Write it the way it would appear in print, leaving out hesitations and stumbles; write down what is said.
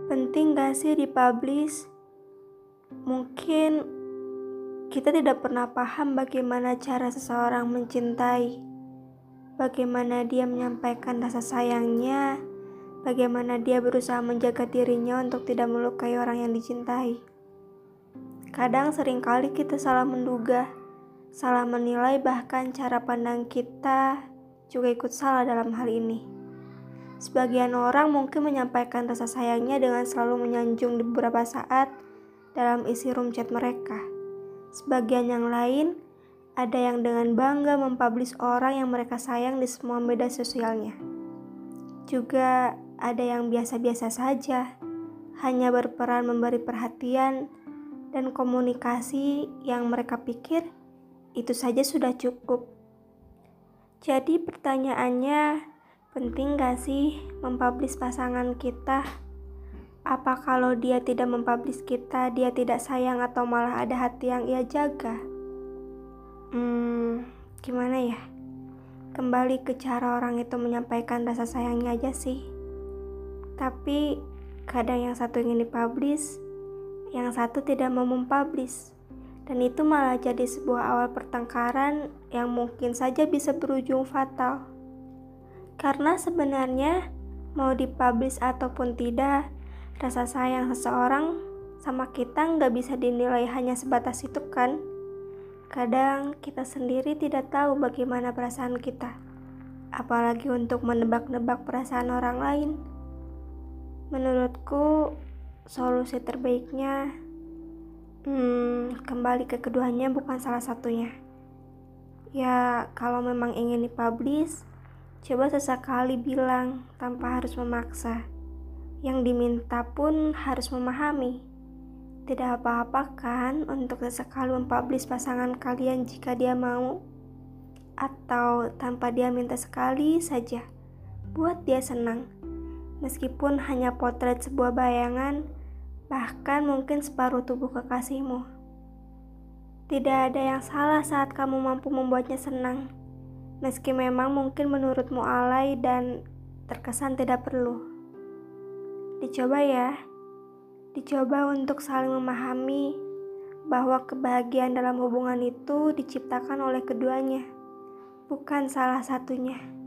Penting gak sih dipublish? Mungkin kita tidak pernah paham bagaimana cara seseorang mencintai, bagaimana dia menyampaikan rasa sayangnya, bagaimana dia berusaha menjaga dirinya untuk tidak melukai orang yang dicintai. Kadang seringkali kita salah menduga, salah menilai, bahkan cara pandang kita juga ikut salah dalam hal ini. Sebagian orang mungkin menyampaikan rasa sayangnya dengan selalu menyanjung di beberapa saat dalam isi room chat mereka. Sebagian yang lain, ada yang dengan bangga mempublish orang yang mereka sayang di semua media sosialnya. Juga ada yang biasa-biasa saja, hanya berperan memberi perhatian dan komunikasi yang mereka pikir itu saja sudah cukup. Jadi pertanyaannya, penting gak sih mempublish pasangan kita? Apa kalau dia tidak mempublish kita, dia tidak sayang atau malah ada hati yang ia jaga? Gimana ya? Kembali ke cara orang itu menyampaikan rasa sayangnya aja sih. Tapi kadang yang satu ingin dipublish, yang satu tidak mau mempublish. Dan itu malah jadi sebuah awal pertengkaran yang mungkin saja bisa berujung fatal. Karena sebenarnya mau dipublish ataupun tidak, rasa sayang seseorang sama kita nggak bisa dinilai hanya sebatas itu kan. Kadang kita sendiri tidak tahu bagaimana perasaan kita, apalagi untuk menebak-nebak perasaan orang lain. Menurutku solusi terbaiknya kembali ke keduanya, bukan salah satunya. Ya kalau memang ingin dipublish, coba sesekali bilang tanpa harus memaksa. Yang diminta pun harus memahami. Tidak apa-apa kan untuk sesekali mempublish pasangan kalian jika dia mau. Atau tanpa dia minta sekali saja. Buat dia senang. Meskipun hanya potret sebuah bayangan, bahkan mungkin separuh tubuh kekasihmu. Tidak ada yang salah saat kamu mampu membuatnya senang. Meski memang mungkin menurutmu alay dan terkesan tidak perlu. Dicoba ya. Dicoba untuk saling memahami bahwa kebahagiaan dalam hubungan itu diciptakan oleh keduanya, bukan salah satunya.